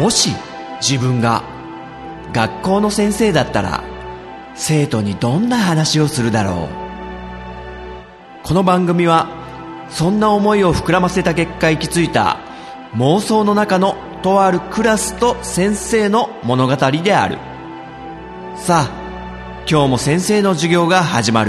もし自分が学校の先生だったら生徒にどんな話をするだろう。この番組はそんな思いを膨らませた結果行き着いた妄想の中のとあるクラスと先生の物語である。さあ、今日も先生の授業が始まる。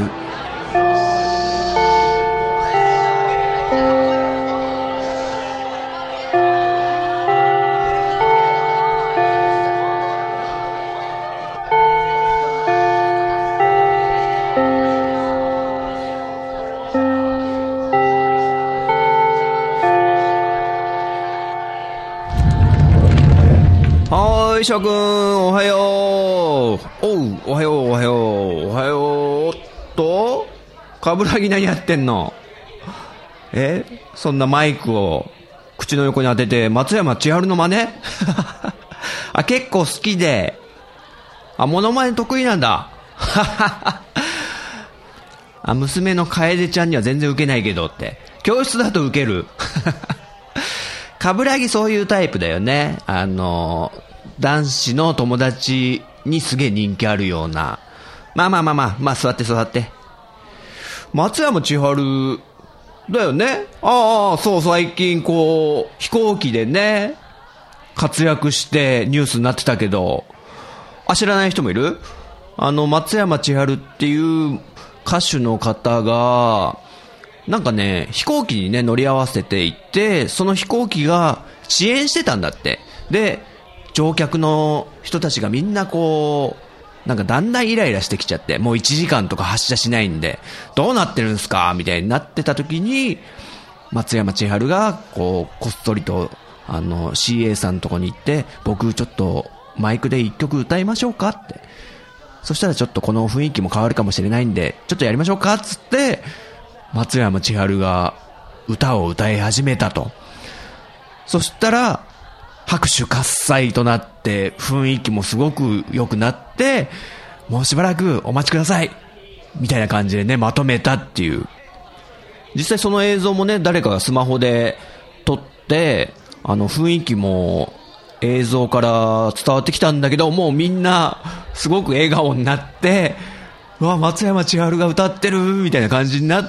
はーい、諸君、おはよう。おう、おはよう、おはよう、おはよう。おっと、かぶらぎ何やってんの？そんなマイクを口の横に当てて松山千春の真似あ、結構好きで、モノマネ得意なんだ娘の楓ちゃんには全然ウケないけどって。教室だとウケるかぶらぎそういうタイプだよね。男子の友達にすげえ人気あるような。まあ、座って座って。松山千春だよね。そう、最近こう、飛行機でね、活躍してニュースになってたけど、知らない人もいる？松山千春っていう歌手の方が、なんかね、飛行機にね、乗り合わせていて、その飛行機が遅延してたんだって。で、乗客の人たちがみんなこう、なんかだんだんイライラしてきちゃって、もう1時間とか発車しないんで、どうなってるんすかみたいになってた時に、松山千春が、こう、こっそりと、CA さんのとこに行って、僕ちょっとマイクで1曲歌いましょうかって。そしたらちょっとこの雰囲気も変わるかもしれないんで、ちょっとやりましょうかっつって、松山千春が歌を歌い始めたと。そしたら拍手喝采となって雰囲気もすごく良くなって、もうしばらくお待ちくださいみたいな感じでね、まとめたっていう。実際その映像もね、誰かがスマホで撮って、雰囲気も映像から伝わってきたんだけど、もうみんなすごく笑顔になって、うわ、松山千春が歌ってるみたいな感じになって、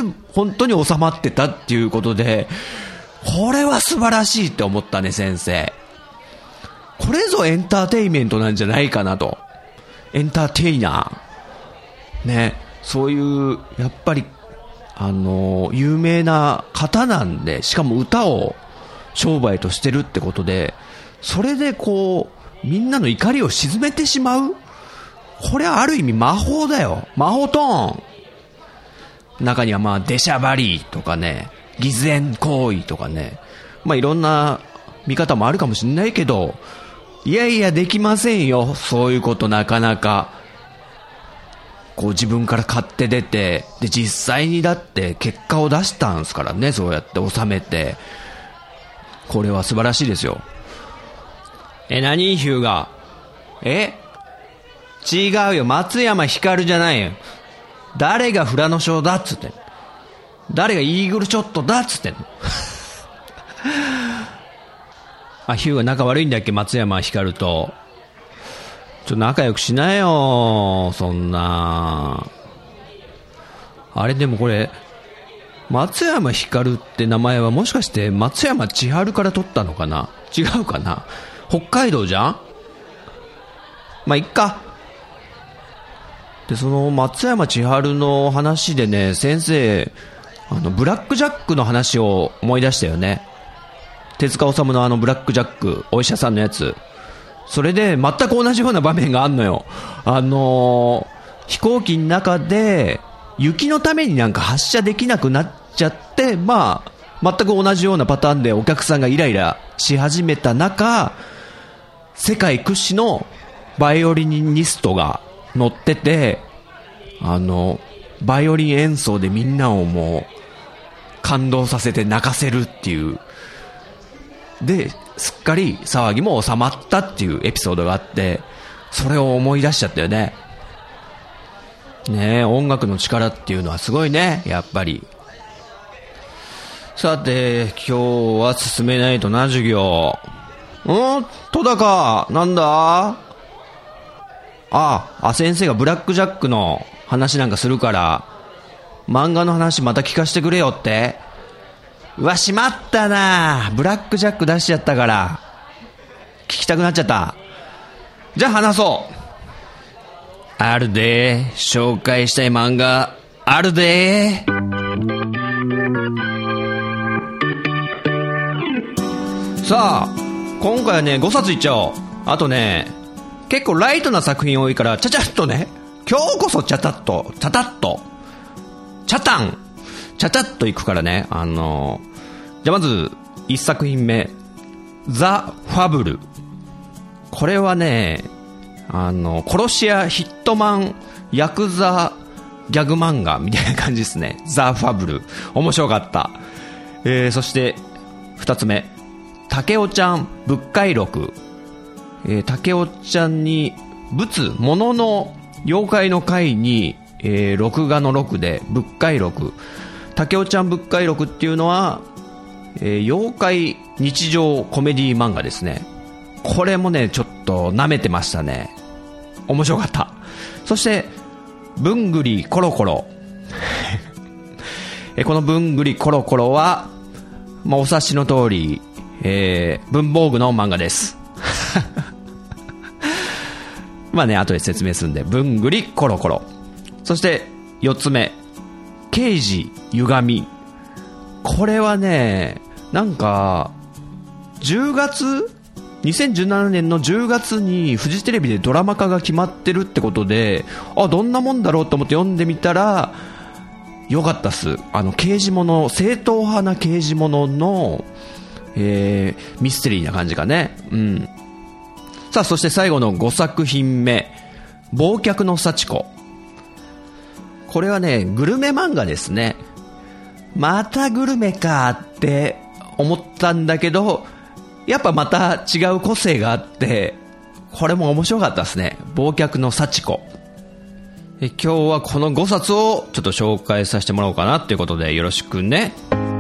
本当に収まってたっていうことで、これは素晴らしいって思ったね、先生。これぞエンターテイメントなんじゃないかなと。エンターテイナーね、そういうやっぱり有名な方なんで、しかも歌を商売としてるってことで、それでこうみんなの怒りを鎮めてしまう。これはある意味魔法だよ。魔法トーン。中にはまあ出しゃばりとかね、偽善行為とかね、まあいろんな見方もあるかもしれないけど、いやいやできませんよ、そういうことなかなか。こう自分から買って出て、で実際にだって結果を出したんですからね、そうやって収めて。これは素晴らしいですよ。何ヒューが？違うよ、松山ひかるじゃないよ。誰が富良野賞だっつってんの？誰がイーグルショットだっつってんのヒューが仲悪いんだっけ、松山ひかると。ちょっと仲良くしなよ、そんな。あれ、でもこれ松山ひかるって名前はもしかして松山千春から取ったのかな？違うかな？北海道じゃん？まあいっか。で、その松山千春の話でね、先生ブラックジャックの話を思い出したよね。手塚治虫のブラックジャック、お医者さんのやつ。それで全く同じような場面があんのよ。飛行機の中で雪のためになんか発射できなくなっちゃって、まあ全く同じようなパターンでお客さんがイライラし始めた中、世界屈指のバイオリニストが乗ってて、バイオリン演奏でみんなをもう感動させて泣かせるっていう。で、すっかり騒ぎも収まったっていうエピソードがあって、それを思い出しちゃったよね。ねえ、音楽の力っていうのはすごいね、やっぱり。さて、今日は進めないとな、授業。 戸高、なんだ？先生がブラックジャックの話なんかするから漫画の話また聞かせてくれよって。うわ、しまったな、ブラックジャック出しちゃったから聞きたくなっちゃった。じゃあ話そう。あるで、紹介したい漫画あるで。さあ今回はね5冊いっちゃおう。あとね結構ライトな作品多いからちゃちゃっとね、今日こそちゃたっとちゃたっとちゃたんちゃちゃっといくからね。じゃあまず1作品目、ザ・ファブル。これはね殺し屋、ヒットマン、ヤクザギャグ漫画みたいな感じですね。ザ・ファブル面白かった。そして2つ目、竹雄ちゃん仏海録。竹雄ちゃんに仏、物の妖怪の怪に、録画の録で仏海録。竹雄ちゃん仏海録っていうのは、妖怪日常コメディ漫画ですね。これもねちょっと舐めてましたね。面白かった。そしてぶんぐりコロコロこのぶんぐりコロコロは、お察しの通り、文房具の漫画ですまあね後で説明するんで、ぶんぐりコロコロ。そして4つ目、刑事歪み。これはねなんか2017年の10月にフジテレビでドラマ化が決まってるってことで、どんなもんだろうと思って読んでみたらよかったっす。刑事物、正統派な刑事物の、ミステリーな感じかね。さあそして最後の5作品目、忘却の幸子。これはねグルメ漫画ですね。またグルメかって思ったんだけど、やっぱまた違う個性があってこれも面白かったですね。忘却の幸子。今日はこの5冊をちょっと紹介させてもらおうかなということでよろしくね。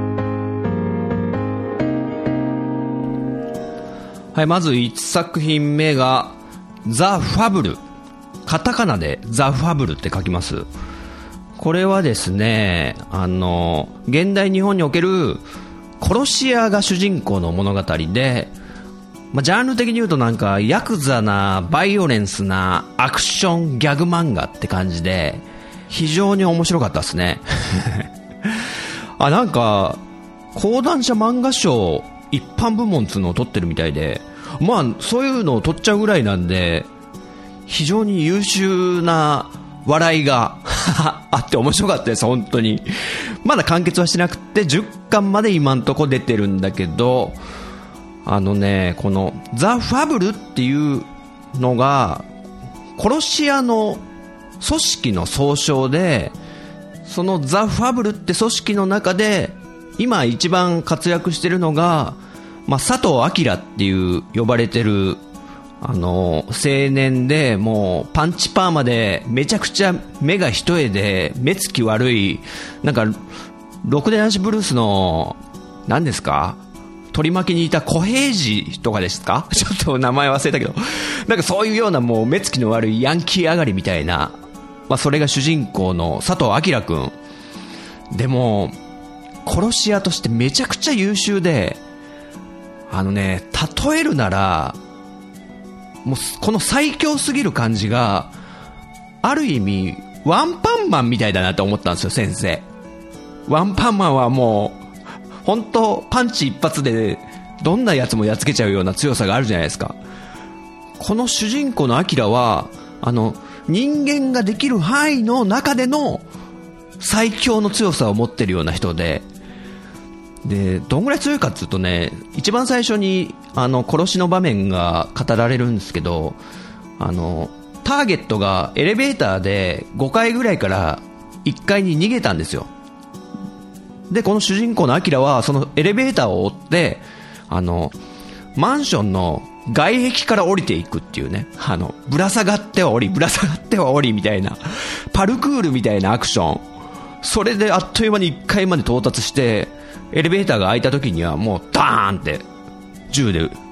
はい、まず1作品目がザ・ファブル。カタカナでザ・ファブルって書きます。これはですね現代日本における殺し屋が主人公の物語で、ジャンル的に言うとなんかヤクザなバイオレンスなアクションギャグ漫画って感じで非常に面白かったですねなんか講談社漫画賞一般部門っていうのを取ってるみたいで、そういうのを取っちゃうぐらいなんで非常に優秀な笑いがあって面白かったです。本当にまだ完結はしてなくて10巻まで今んとこ出てるんだけど、このザ・ファブルっていうのが殺し屋の組織の総称で、そのザ・ファブルって組織の中で今一番活躍してるのが、佐藤明っていう呼ばれてる青年で、もうパンチパーマでめちゃくちゃ目が一重で目つき悪い、なんかろくでなしブルースの何ですか、取り巻きにいた小平次とかですかちょっと名前忘れたけど、なんかそういうようなもう目つきの悪いヤンキー上がりみたいな、それが主人公の佐藤明君で、も殺し屋としてめちゃくちゃ優秀で、例えるならもうこの最強すぎる感じがある意味ワンパンマンみたいだなと思ったんですよ。先生ワンパンマンはもう本当パンチ一発でどんなやつもやっつけちゃうような強さがあるじゃないですか。この主人公のアキラは人間ができる範囲の中での最強の強さを持ってるような人で、どんぐらい強いかっていうとね、一番最初に殺しの場面が語られるんですけど、ターゲットがエレベーターで5階ぐらいから1階に逃げたんですよ。でこの主人公のアキラはそのエレベーターを追ってマンションの外壁から降りていくっていうね、ぶら下がっては降りぶら下がっては降りみたいなパルクールみたいなアクション、それであっという間に1階まで到達して、エレベーターが開いた時にはもうダーンって銃で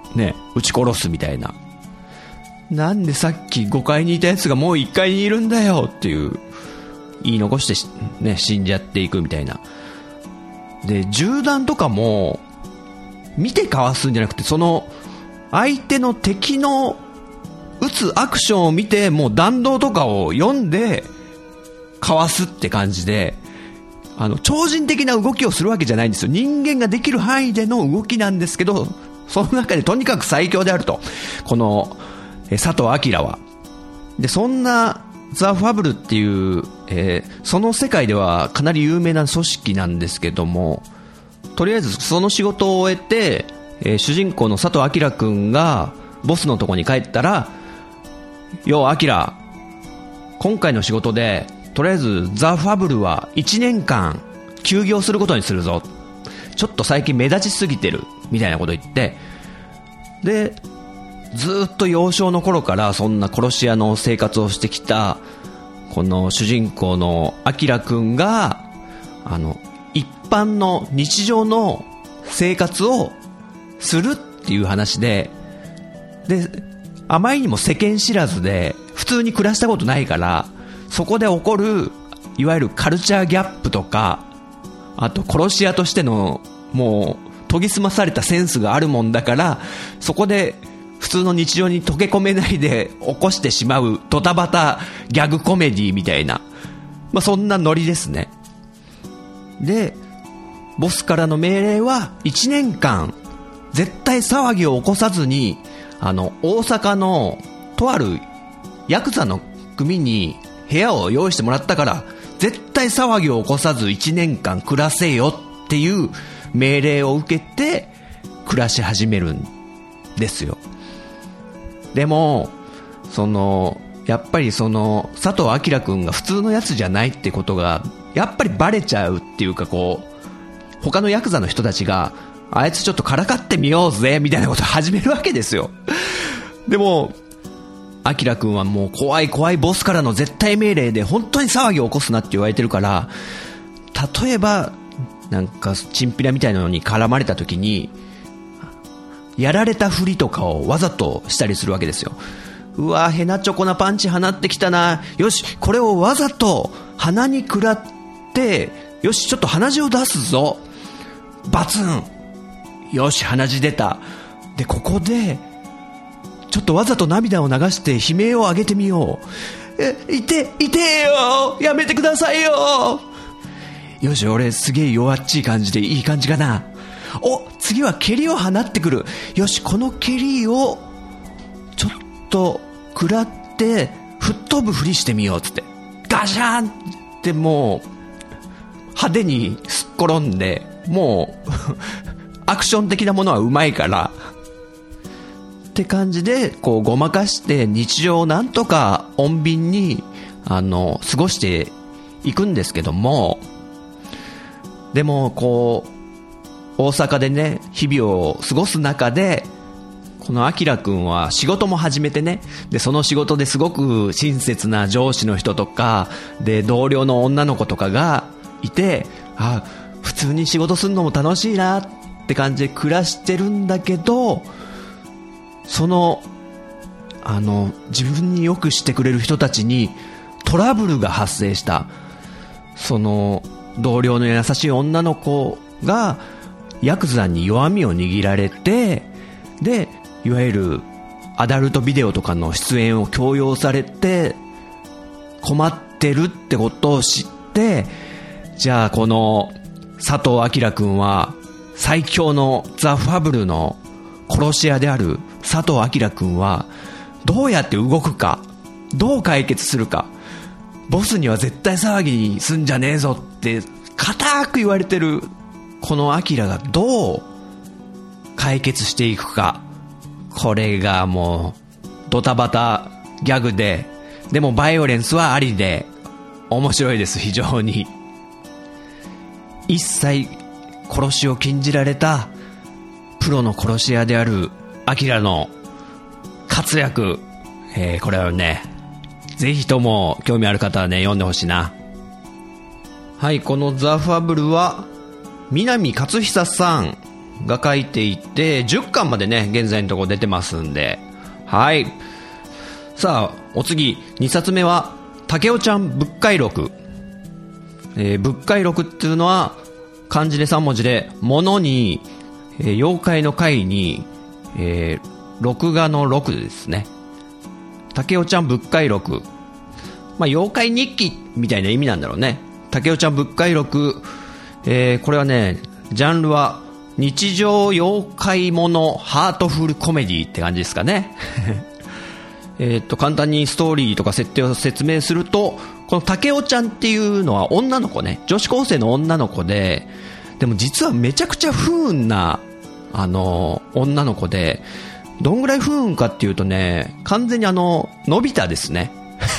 ね、撃ち殺すみたいな。なんでさっき5階にいたやつがもう1階にいるんだよっていう言い残してね、死んじゃっていくみたいな。で、銃弾とかも見てかわすんじゃなくて、その相手の敵の撃つアクションを見て、もう弾道とかを読んでかわすって感じで、超人的な動きをするわけじゃないんですよ。人間ができる範囲での動きなんですけど、その中でとにかく最強であると、この佐藤明は。で、そんなザ・ファブルっていう、その世界ではかなり有名な組織なんですけども、とりあえずその仕事を終えて、主人公の佐藤明くんがボスのとこに帰ったら、よう明、今回の仕事でとりあえずザ・ファブルは1年間休業することにするぞ、ちょっと最近目立ちすぎてるみたいなこと言って、でずっと幼少の頃からそんな殺し屋の生活をしてきたこの主人公の明くんが一般の日常の生活をするっていう話で、あまりにも世間知らずで普通に暮らしたことないから、そこで起こるいわゆるカルチャーギャップとか、あと殺し屋としてのもう研ぎ澄まされたセンスがあるもんだから、そこで普通の日常に溶け込めないで起こしてしまうドタバタギャグコメディみたいな、そんなノリですね。で、ボスからの命令は1年間絶対騒ぎを起こさずに、大阪のとあるヤクザの組に部屋を用意してもらったから、絶対騒ぎを起こさず1年間暮らせよっていう命令を受けて暮らし始めるんですよ。でもやっぱり佐藤明くんが普通のやつじゃないってことがやっぱりバレちゃうっていうか、他のヤクザの人たちがあいつちょっとからかってみようぜみたいなことを始めるわけですよ。でも明くんはもう怖い怖いボスからの絶対命令で本当に騒ぎを起こすなって言われてるから、例えばなんかチンピラみたいなのに絡まれた時にやられたふりとかをわざとしたりするわけですよ。うわ、ヘナチョコなパンチ放ってきたな、よしこれをわざと鼻に食らって、よしちょっと鼻血を出すぞ、バツン、よし鼻血出た。でここでちょっとわざと涙を流して悲鳴を上げてみよう。いてよ、やめてくださいよ。よし、俺すげえ弱っちい感じでいい感じかな。お、次は蹴りを放ってくる。よし、この蹴りをちょっと食らって吹っ飛ぶふりしてみようっつって、ガシャンってもう派手にすっ転んで、もうアクション的なものはうまいからって感じでごまかして日常をなんとか穏便に過ごしていくんですけども、でも大阪でね日々を過ごす中で、この明くんは仕事も始めてね、でその仕事ですごく親切な上司の人とかで同僚の女の子とかがいて、普通に仕事するのも楽しいなって感じで暮らしてるんだけど、自分によくしてくれる人たちにトラブルが発生した。その同僚の優しい女の子がヤクザに弱みを握られて、でいわゆるアダルトビデオとかの出演を強要されて困ってるってことを知って、じゃあこの佐藤明くんは最強のザ・ファブルの殺し屋である佐藤明くんはどうやって動くか、どう解決するか、ボスには絶対騒ぎにすんじゃねえぞって固く言われてるこの明がどう解決していくか、これがもうドタバタギャグで、でもバイオレンスはありで面白いです。非常に一切殺しを禁じられたプロの殺し屋である明の活躍、これはねぜひとも興味ある方はね読んでほしいな。はい、このザ・ファブルは南勝久さんが書いていて、10巻までね現在のところ出てますんで、はい。さあお次2冊目は竹雄ちゃん仏界録。仏界録っていうのは漢字で3文字で、物に、妖怪の怪に、録画の録ですね。竹雄ちゃん仏界録、まあ、妖怪日記みたいな意味なんだろうね。竹雄ちゃん仏界録、これはねジャンルは日常妖怪ものハートフルコメディって感じですかね簡単にストーリーとか設定を説明すると、この竹雄ちゃんっていうのは女の子ね、女子高生の女の子で、でも実はめちゃくちゃ不運な女の子で、どんぐらい不運かっていうとね、完全にのび太ですね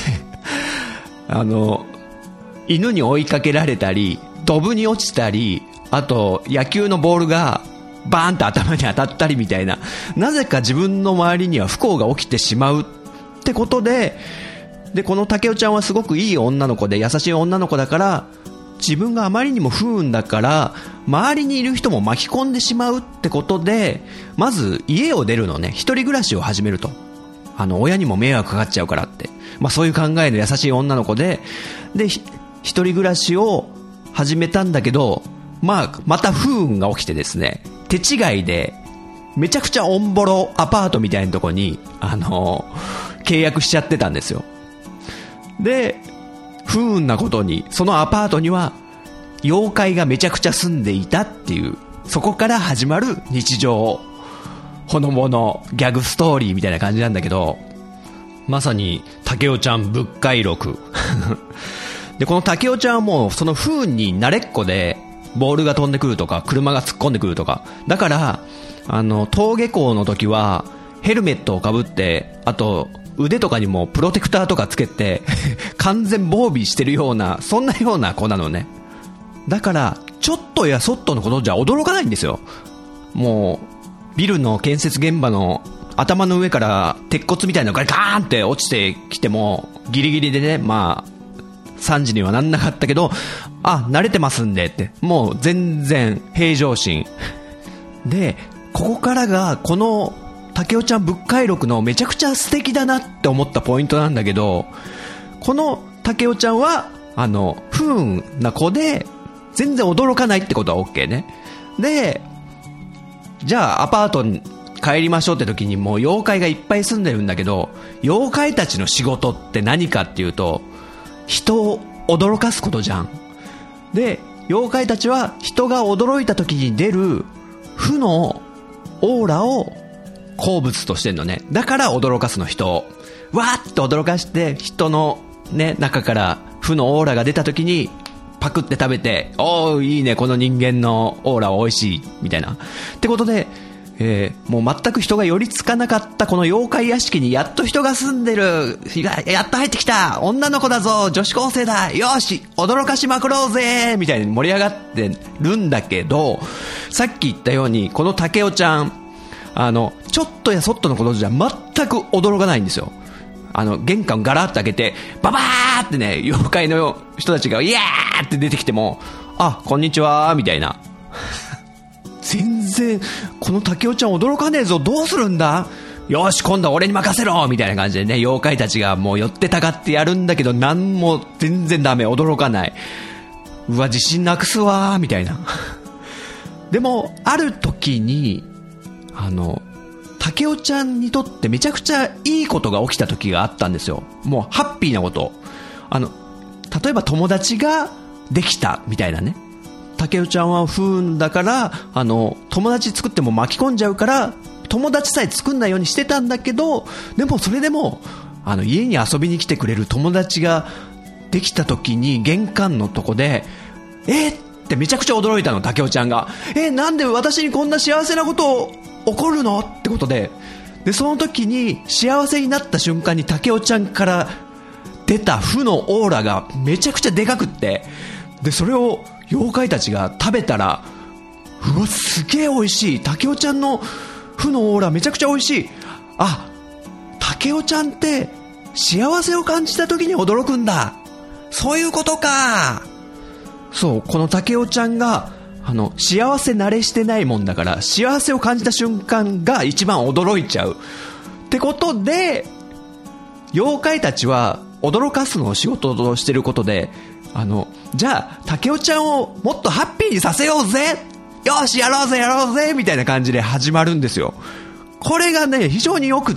犬に追いかけられたり、ドブに落ちたり、あと野球のボールがバーンと頭に当たったりみたいな、なぜか自分の周りには不幸が起きてしまうってことで、この竹雄ちゃんはすごくいい女の子で優しい女の子だから、自分があまりにも不運だから周りにいる人も巻き込んでしまうってことで、まず家を出るのね、一人暮らしを始めると。親にも迷惑かかっちゃうからって、まあ、そういう考えの優しい女の子で、一人暮らしを始めたんだけど、また不運が起きてですね、手違いでめちゃくちゃオンボロアパートみたいなとこに契約しちゃってたんですよ。で不運なことにそのアパートには妖怪がめちゃくちゃ住んでいたっていう、そこから始まる日常ほのぼのギャグストーリーみたいな感じなんだけど、まさに竹雄ちゃん仏界録でこの竹雄ちゃんはもうその不運に慣れっこで、ボールが飛んでくるとか車が突っ込んでくるとかだから、登下校の時はヘルメットをかぶって、あと腕とかにもプロテクターとかつけて完全防備してるような、そんなような子なのね。だからちょっとやそっとのことじゃ驚かないんですよ。もうビルの建設現場の頭の上から鉄骨みたいなのがガーンって落ちてきてもギリギリでね、まあ3時にはなんなかったけど、慣れてますんでって、もう全然平常心で、ここからがこの竹雄ちゃん仏界録のめちゃくちゃ素敵だなって思ったポイントなんだけど、この竹雄ちゃんは不運な子で全然驚かないってことは OK ね。でじゃあアパートに帰りましょうって時に、もう妖怪がいっぱい住んでるんだけど、妖怪たちの仕事って何かっていうと、人を驚かすことじゃん。で妖怪たちは人が驚いた時に出る負のオーラを好物としてんのね。だから驚かすの、人をわーっと驚かして、人のね中から負のオーラが出た時にパクって食べて、おーいいねこの人間のオーラは美味しいみたいなってことで、もう全く人が寄りつかなかったこの妖怪屋敷にやっと人が住んでる、やっと入ってきた、女の子だぞ、女子高生だ、よし驚かしまくろうぜみたいに盛り上がってるんだけど、さっき言ったようにこの竹雄ちゃん、ちょっとやそっとのことじゃ全く驚かないんですよ。玄関ガラッと開けてババーってね、妖怪の人たちがイヤーって出てきても、こんにちはみたいな全然この竹雄ちゃん驚かねえぞ、どうするんだ、よし今度は俺に任せろみたいな感じでね、妖怪たちがもう寄ってたかってやるんだけど、なんも全然ダメ、驚かない。うわ自信なくすわみたいなでもある時に竹雄ちゃんにとってめちゃくちゃいいことが起きた時があったんですよ。もうハッピーなこと、例えば友達ができたみたいなね。竹雄ちゃんは不運だから友達作っても巻き込んじゃうから友達さえ作んないようにしてたんだけど、でもそれでも家に遊びに来てくれる友達ができた時に玄関のとこでってめちゃくちゃ驚いたの、竹雄ちゃんが。なんで私にこんな幸せなこと起こるのってことで、その時に幸せになった瞬間に竹雄ちゃんから出た負のオーラがめちゃくちゃでかくって、でそれを妖怪たちが食べたら、うわすげえ美味しい、竹雄ちゃんの負のオーラめちゃくちゃ美味しい、竹雄ちゃんって幸せを感じた時に驚くんだ、そういうことか。そう、この竹雄ちゃんが幸せ慣れしてないもんだから、幸せを感じた瞬間が一番驚いちゃうってことで、妖怪たちは驚かすのを仕事としてることで、じゃあ竹雄ちゃんをもっとハッピーにさせようぜ、よしやろうぜみたいな感じで始まるんですよ。これがね非常によくって、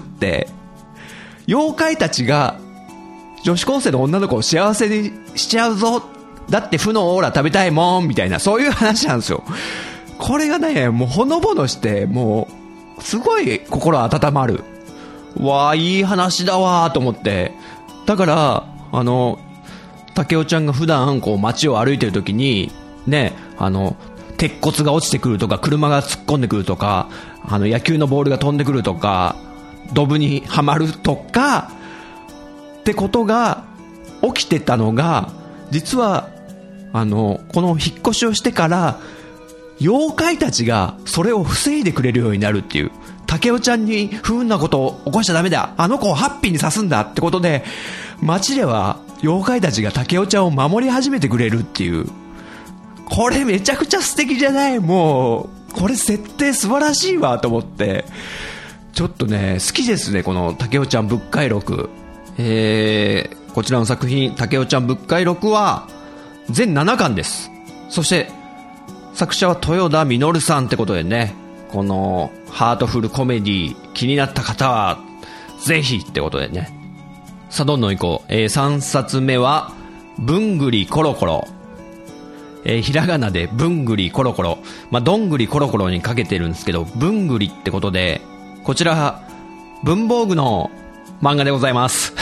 妖怪たちが女子高生の女の子を幸せにしちゃうぞ、だって負のオーラ食べたいもんみたいな、そういう話なんですよ。これがねもうほのぼのして、もうすごい心温まる。わあいい話だわと思って、だから竹雄ちゃんが普段こう街を歩いてる時にね、鉄骨が落ちてくるとか、車が突っ込んでくるとか、野球のボールが飛んでくるとか、ドブにはまるとかってことが起きてたのが、実はこの引っ越しをしてから妖怪たちがそれを防いでくれるようになるっていう。竹雄ちゃんに不運なことを起こしちゃダメだ、あの子をハッピーにさすんだってことで、街では妖怪たちが竹雄ちゃんを守り始めてくれるっていう。これめちゃくちゃ素敵じゃない？もうこれ設定素晴らしいわと思って、ちょっとね好きですね、この竹雄ちゃん仏海録。こちらの作品竹雄ちゃん仏海録は全7巻です。そして作者は豊田実さんってことでね、このハートフルコメディ気になった方はぜひってことでね。さあどんどんいこう。3冊目はぶんぐりコロコロ。ひらがなでぶんぐりコロコロ、どんぐりコロコロにかけてるんですけど、ぶんぐりってことで、こちら文房具の漫画でございます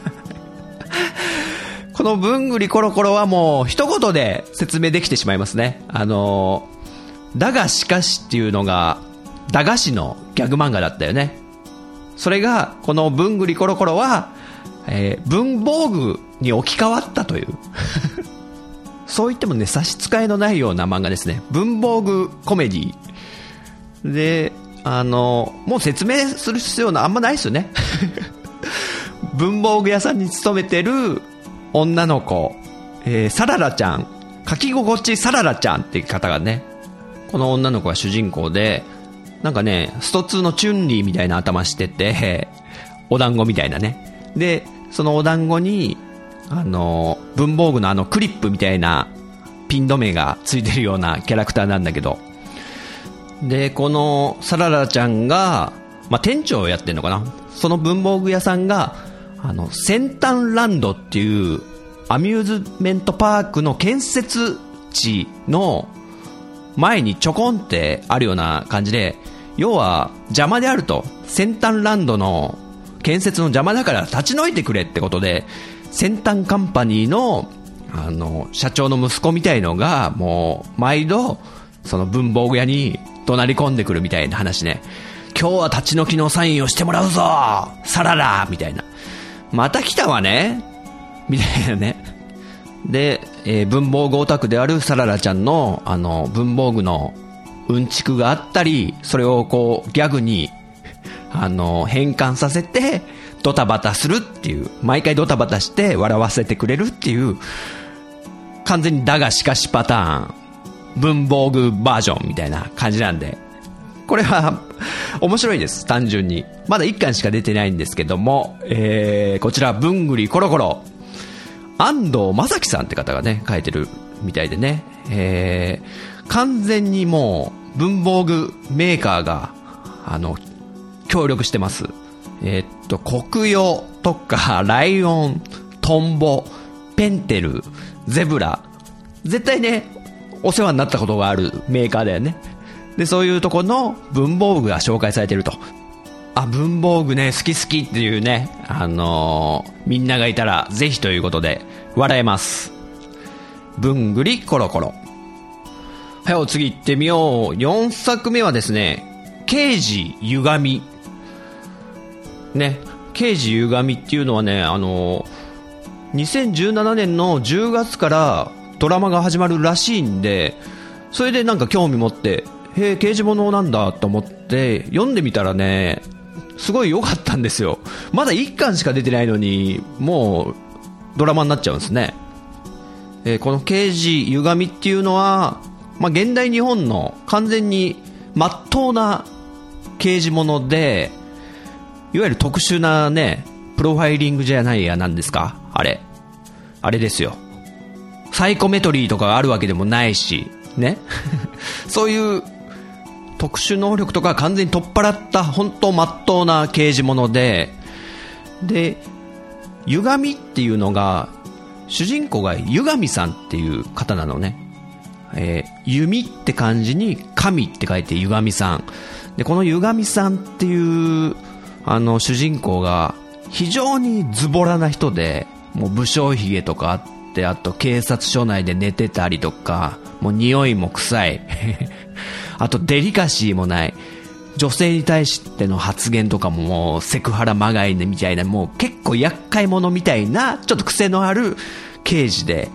このぶんぐりコロコロはもう一言で説明できてしまいますね。だがしかしっていうのが駄菓子のギャグ漫画だったよね。それがこのぶんぐりコロコロは、文房具に置き換わったというそう言ってもね差し支えのないような漫画ですね。文房具コメディで、もう説明する必要あんまないですよね文房具屋さんに勤めてる女の子、サララちゃん、書き心地サララちゃんっていう方がね、この女の子が主人公で、なんかねスト2のチュンリーみたいな頭してて、お団子みたいなね。でそのお団子に文房具のクリップみたいなピン止めがついてるようなキャラクターなんだけど、でこのサララちゃんが、店長をやってるのかな。その文房具屋さんが先端ランドっていうアミューズメントパークの建設地の前にちょこんってあるような感じで、要は邪魔であると、先端ランドの建設の邪魔だから立ち退いてくれってことで、先端カンパニーの社長の息子みたいのがもう毎度その文房具屋に怒鳴り込んでくるみたいな話ね。今日は立ち退きのサインをしてもらうぞサララみたいな、また来たわねみたいなね。で、文房具オタクであるサララちゃんの文房具のうんちくがあったり、それをこうギャグに変換させてドタバタするっていう、毎回ドタバタして笑わせてくれるっていう、完全にだがしかしパターン文房具バージョンみたいな感じなんで、これは面白いです。単純にまだ1巻しか出てないんですけども、こちらぶんぐりコロコロ、安藤正樹さんって方がね書いてるみたいでね、完全にもう文房具メーカーが協力してます。国用とかライオン、トンボ、ペンテル、ゼブラ、絶対ねお世話になったことがあるメーカーだよね。でそういうとこの文房具が紹介されてると、文房具ね好き好きっていうね、みんながいたらぜひということで笑えます。ぶんぐりコロコロ。はい、お次行ってみよう。4作目はですね、刑事ゆがみね。刑事ゆがみっていうのはね、2017年の10月からドラマが始まるらしいんで、それでなんか興味持って、へえ刑事物なんだと思って読んでみたらね、すごい良かったんですよ。まだ1巻しか出てないのにもうドラマになっちゃうんですね。この刑事ゆがみっていうのは現代日本の完全に真っ当な刑事物で、いわゆる特殊なね、プロファイリングじゃないや、なんですか、あれですよ。サイコメトリーとかがあるわけでもないしねそういう特殊能力とか完全に取っ払った本当真っ当な刑事物で、歪みっていうのが、主人公が湯上さんっていう方なのね。弓って漢字に神って書いて湯上さんで、この湯上さんっていう主人公が非常にズボラな人で、もう武将髭とかあって、あと警察署内で寝てたりとか、もう匂いも臭いあとデリカシーもない、女性に対しての発言とかももうセクハラまがいみたいな、もう結構厄介者みたいなちょっと癖のある刑事で、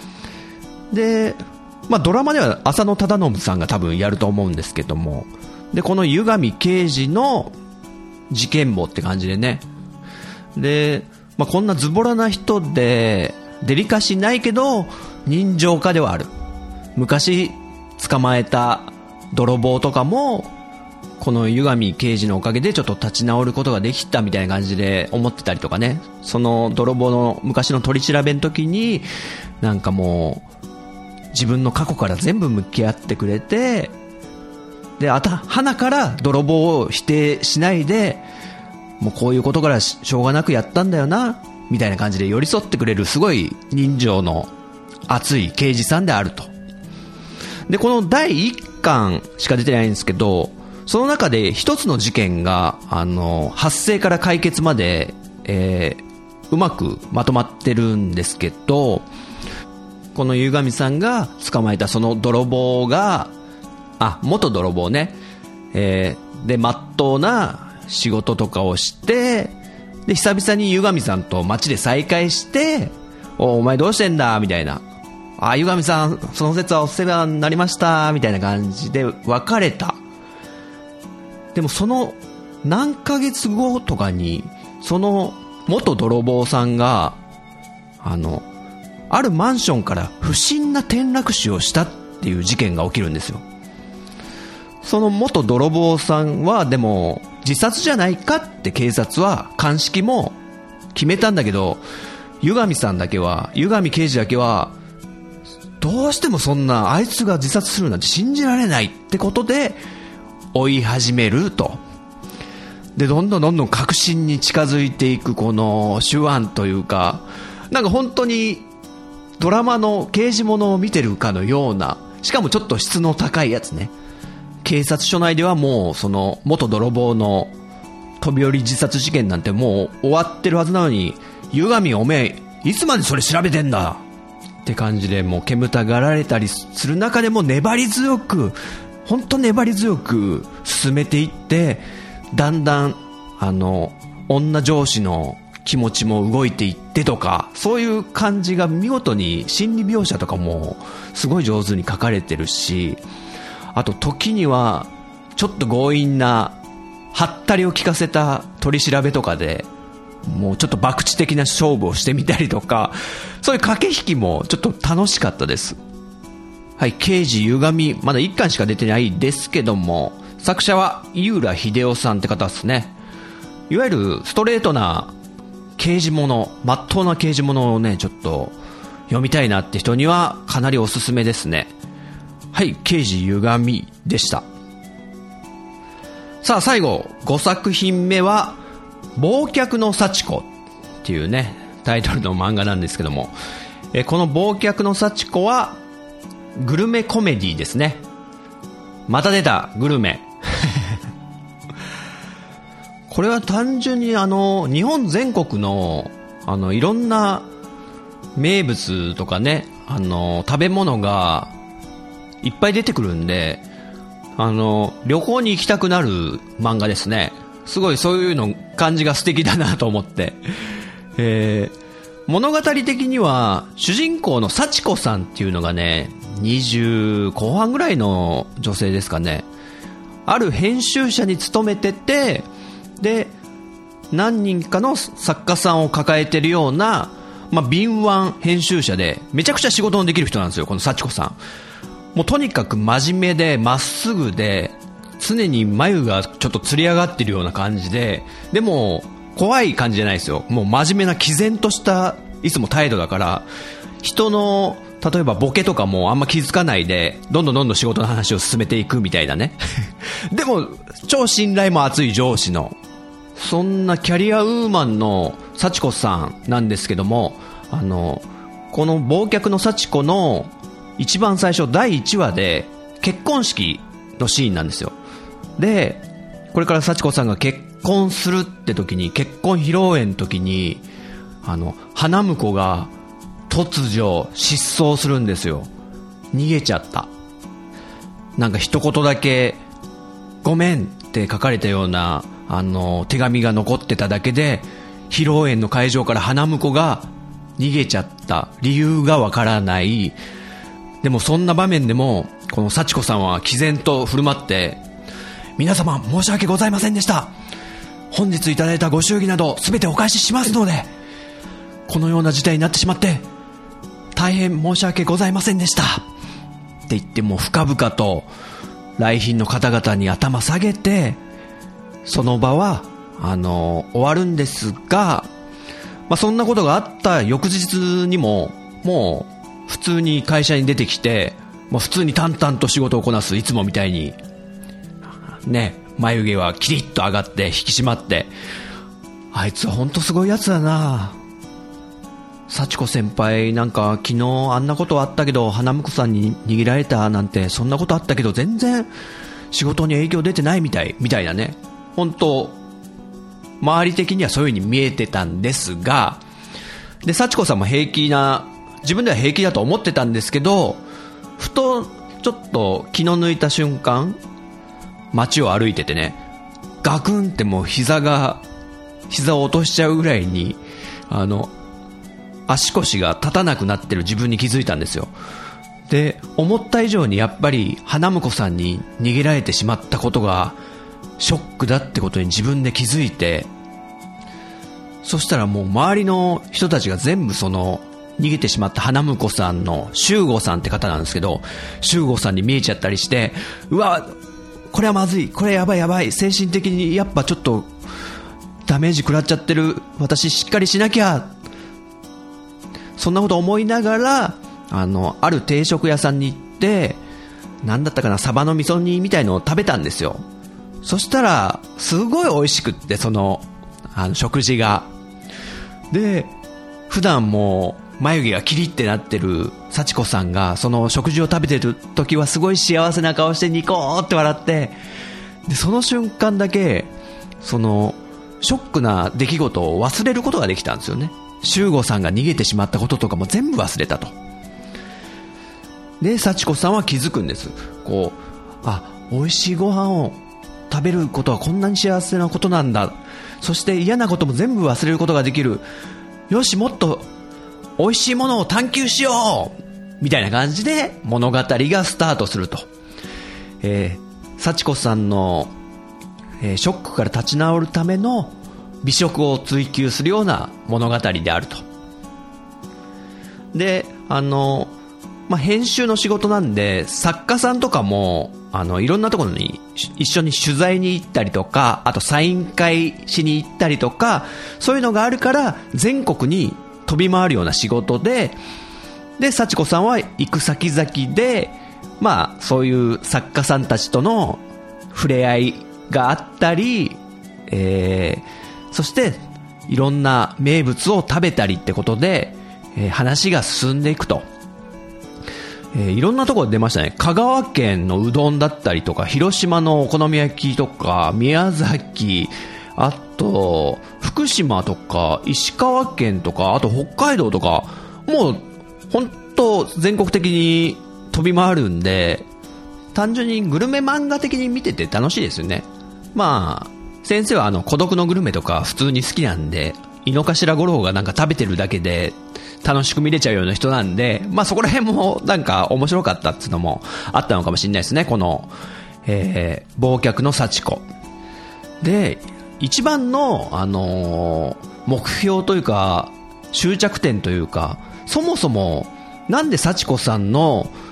ドラマでは浅野忠信さんが多分やると思うんですけども、でこの湯上刑事の事件簿って感じでね、で、こんなズボラな人でデリカシーないけど人情家ではある。昔捕まえた泥棒とかもこの湯上刑事のおかげでちょっと立ち直ることができたみたいな感じで思ってたりとかね、その泥棒の昔の取り調べの時になんかもう自分の過去から全部向き合ってくれて、で鼻から泥棒を否定しないで、もうこういうことからしょうがなくやったんだよなみたいな感じで寄り添ってくれる、すごい人情の熱い刑事さんであると。でこの第1巻しか出てないんですけど、その中で一つの事件が発生から解決まで、うまくまとまってるんですけど、この湯上さんが捕まえたその泥棒が元泥棒ね、で真っ当な仕事とかをして、で久々に湯上さんと街で再会して、お前どうしてんだみたいな、湯上さんその節はお世話になりましたみたいな感じで別れた。でもその何ヶ月後とかにその元泥棒さんがあるマンションから不審な転落死をしたっていう事件が起きるんですよ。その元泥棒さんはでも自殺じゃないかって警察は鑑識も決めたんだけど、湯上刑事だけはどうしてもそんなあいつが自殺するなんて信じられないってことで追い始めると。でどんどん確信に近づいていくこの手腕というか、なんか本当にドラマの刑事物を見てるかのような、しかもちょっと質の高いやつね。警察署内ではもうその元泥棒の飛び降り自殺事件なんてもう終わってるはずなのに、湯上おめえいつまでそれ調べてんだって感じでもう煙たがられたりする中でも本当粘り強く進めていって、だんだん女上司の気持ちも動いていってとか、そういう感じが見事に心理描写とかもすごい上手に書かれてるし、あと時にはちょっと強引なはったりを聞かせた取り調べとかでもうちょっと博打的な勝負をしてみたりとか、そういう駆け引きもちょっと楽しかったです。はい、刑事湯上まだ1巻しか出てないですけども、作者は井浦秀夫さんって方ですね。いわゆるストレートな刑事物、真っ当な刑事物をねちょっと読みたいなって人にはかなりおすすめですね。はい、刑事湯上でした。さあ最後5作品目は忘却の幸子っていうねタイトルの漫画なんですけども、この忘却の幸子はグルメコメディですね。また出たグルメこれは単純に日本全国のいろんな名物とかね食べ物がいっぱい出てくるんで、旅行に行きたくなる漫画ですね。すごいそういうの感じが素敵だなと思って、物語的には主人公の幸子さんっていうのがね20後半ぐらいの女性ですかね。ある編集者に勤めてて、で何人かの作家さんを抱えてるような、敏腕編集者でめちゃくちゃ仕事のできる人なんですよ、この幸子さん。 もうとにかく真面目でまっすぐで、常に眉がちょっとつり上がってるような感じで、でも怖い感じじゃないですよ。もう真面目な毅然としたいつも態度だから、人の例えばボケとかもあんま気づかないでどんどん仕事の話を進めていくみたいなねでも超信頼も厚い上司の、そんなキャリアウーマンの幸子さんなんですけども、この忘却の幸子の一番最初第1話で結婚式のシーンなんですよ。でこれから幸子さんが結婚するって時に、結婚披露宴の時に花婿が突如失踪するんですよ。逃げちゃった。なんか一言だけごめんって書かれたような手紙が残ってただけで、披露宴の会場から花婿が逃げちゃった。理由がわからない。でもそんな場面でもこの幸子さんは毅然と振る舞って、皆様申し訳ございませんでした。本日いただいたご祝儀など全てお返ししますので、このような事態になってしまって大変申し訳ございませんでしたって言って、もう深々と来賓の方々に頭下げて、その場は終わるんですが、そんなことがあった翌日にももう普通に会社に出てきて、もう普通に淡々と仕事をこなす、いつもみたいにね、眉毛はキリッと上がって引き締まって、あいつは本当すごいやつだな。幸子先輩なんか昨日あんなことあったけど花婿さんに逃げられたなんて、そんなことあったけど全然仕事に影響出てないみたいなね。本当周り的にはそういう風に見えてたんですが、で幸子さんも平気な、自分では平気だと思ってたんですけど、ふとちょっと気の抜いた瞬間、街を歩いててね、ガクンってもう膝を落としちゃうぐらいに足腰が立たなくなってる自分に気づいたんですよ。で思った以上にやっぱり花婿さんに逃げられてしまったことがショックだってことに自分で気づいて、そしたらもう周りの人たちが全部その逃げてしまった花婿さんの修吾さんって方なんですけど、修吾さんに見えちゃったりして、うわこれはまずい、これやばい、精神的にやっぱちょっとダメージ食らっちゃってる、私しっかりしなきゃ、そんなこと思いながらある定食屋さんに行って、なんだったかな、サバの味噌煮みたいのを食べたんですよ。そしたらすごい美味しくって、その食事が。で普段も眉毛がキリってなってる幸子さんがその食事を食べてる時はすごい幸せな顔してニコーって笑って、でその瞬間だけそのショックな出来事を忘れることができたんですよね。修吾さんが逃げてしまったこととかも全部忘れたと。で幸子さんは気づくんです。こう、美味しいご飯を食べることはこんなに幸せなことなんだ、そして嫌なことも全部忘れることができる、よしもっと美味しいものを探求しようみたいな感じで物語がスタートすると。幸子さんの、ショックから立ち直るための美食を追求するような物語であると。で編集の仕事なんで、作家さんとかもいろんなところに一緒に取材に行ったりとか、あとサイン会しに行ったりとか、そういうのがあるから全国に飛び回るような仕事で、幸子さんは行く先々でそういう作家さんたちとの触れ合いがあったり、そしていろんな名物を食べたりってことで、話が進んでいくと。いろんなところで出ましたね。香川県のうどんだったりとか、広島のお好み焼きとか、宮崎、あと福島とか石川県とか、あと北海道とか、もう本当全国的に飛び回るんで、単純にグルメ漫画的に見てて楽しいですよね。先生は孤独のグルメとか普通に好きなんで、井の頭五郎がなんか食べてるだけで楽しく見れちゃうような人なんで、そこら辺もなんか面白かったっていうのもあったのかもしれないですね。この、忘却の幸子で一番の、目標というか終着点というか、そもそもなんで幸子さんの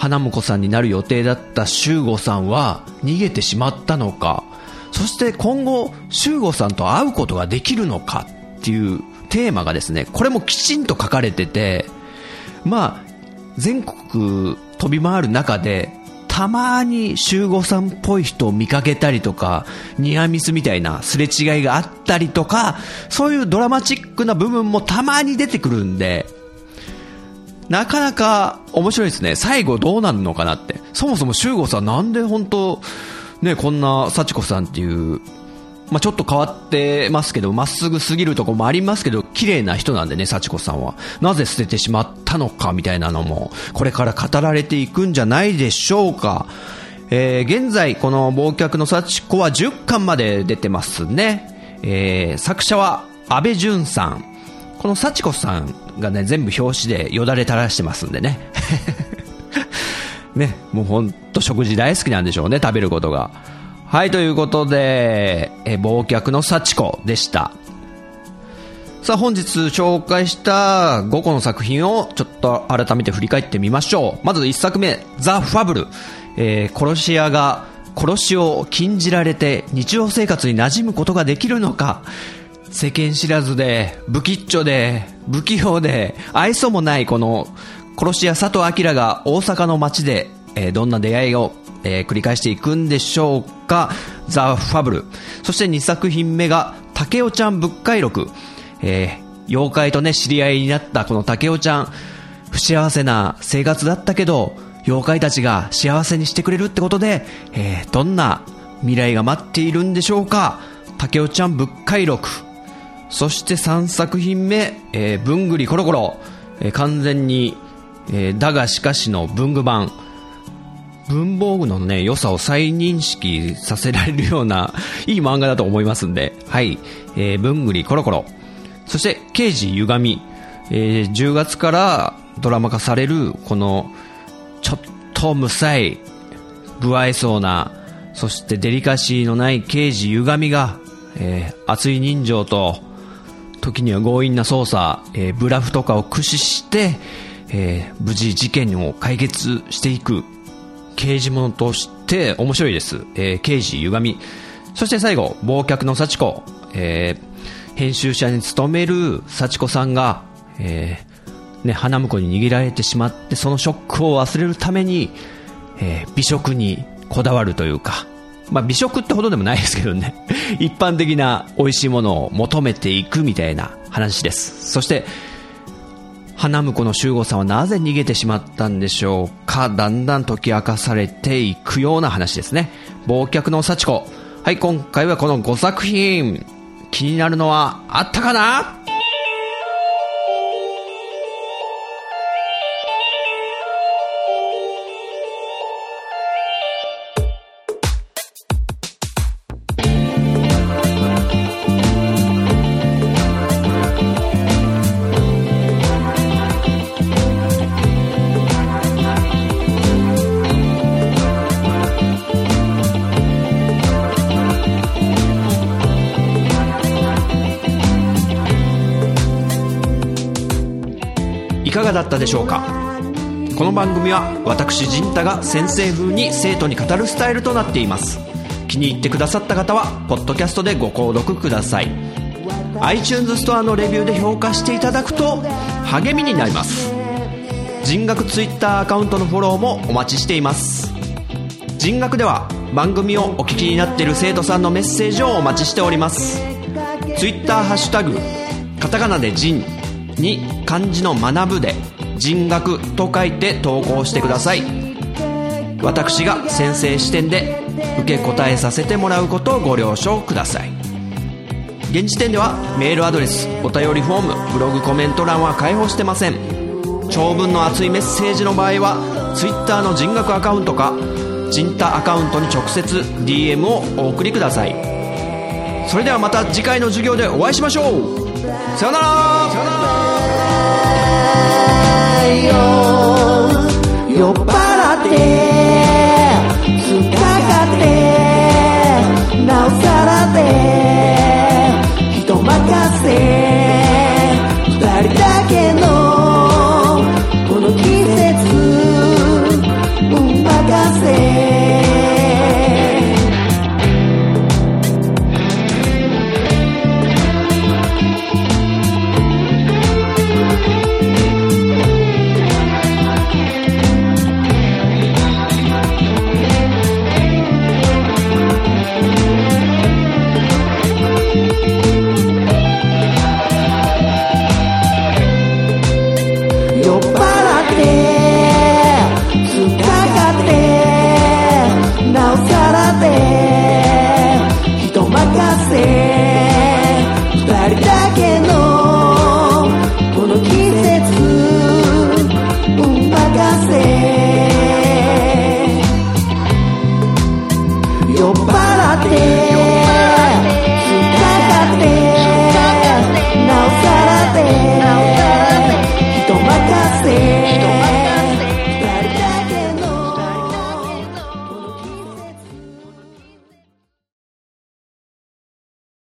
花婿さんになる予定だった修吾さんは逃げてしまったのか、そして今後修吾さんと会うことができるのかっていうテーマがですね、これもきちんと書かれてて、まあ全国飛び回る中でたまに修吾さんっぽい人を見かけたりとか、ニアミスみたいなすれ違いがあったりとか、そういうドラマチックな部分もたまに出てくるんで、なかなか面白いですね。最後どうなるのかなって。そもそも修吾さんなんで本当ね、こんな幸子さんっていう、まあ、ちょっと変わってますけど、まっすぐすぎるところもありますけど、綺麗な人なんでね、幸子さんは。なぜ捨ててしまったのかみたいなのも、これから語られていくんじゃないでしょうか。現在、この忘却の幸子は10巻まで出てますね。作者は安倍淳さん。この幸子さんがね、全部表紙でよだれ垂らしてますんでね。ね、もうほんと食事大好きなんでしょうね、食べることが。はい、ということで、忘却の幸子でした。さあ、本日紹介した5個の作品をちょっと改めて振り返ってみましょう。まず1作目、ザ・ファブル。殺し屋が殺しを禁じられて日常生活に馴染むことができるのか。世間知らずで不吉祥で不器用で愛想もないこの殺し屋佐藤明が大阪の街で、どんな出会いを、繰り返していくんでしょうか。ザ・ファブル。そして2作品目が竹雄ちゃん仏海録。妖怪とね知り合いになったこの竹雄ちゃん、不幸せな生活だったけど妖怪たちが幸せにしてくれるってことで、どんな未来が待っているんでしょうか。竹雄ちゃん仏海録。そして3作品目、文具りコロコロ。完全に、だがしかしの文具版。文房具のね良さを再認識させられるようないい漫画だと思いますんで、はい、文具りコロコロ。そして刑事ゆがみ、10月からドラマ化されるこのちょっと無才不愛想な、そしてデリカシーのない刑事ゆがみが、熱い人情と時には強引な捜査、ブラフとかを駆使して、無事事件を解決していく刑事物として面白いです。刑事ゆがみ。そして最後、忘却の幸子。編集者に勤める幸子さんが、花婿に逃げられてしまって、そのショックを忘れるために、美食にこだわるというか、まあ美食ってほどでもないですけどね。一般的な美味しいものを求めていくみたいな話です。そして、花婿の修吾さんはなぜ逃げてしまったんでしょうか。だんだん解き明かされていくような話ですね。忘却の幸子。はい、今回はこの5作品。気になるのはあったかな？いかがだったでしょうか。この番組は私陣太が先生風に生徒に語るスタイルとなっています。気に入ってくださった方はポッドキャストでご購読ください。 iTunes ストアのレビューで評価していただくと励みになります。人学 Twitter アカウントのフォローもお待ちしています。人学では番組をお聞きになっている生徒さんのメッセージをお待ちしております。 Twitter ハッシュタグカタカナで人に漢字の学ぶで人学と書いて投稿してください。私が先生視点で受け答えさせてもらうことをご了承ください。現時点ではメールアドレス、お便りフォーム、ブログコメント欄は開放してません。長文の熱いメッセージの場合は Twitter の人学アカウントか人太アカウントに直接 DM をお送りください。それではまた次回の授業でお会いしましょう。さよなら。酔っ払って疲かってなおさらで人任せ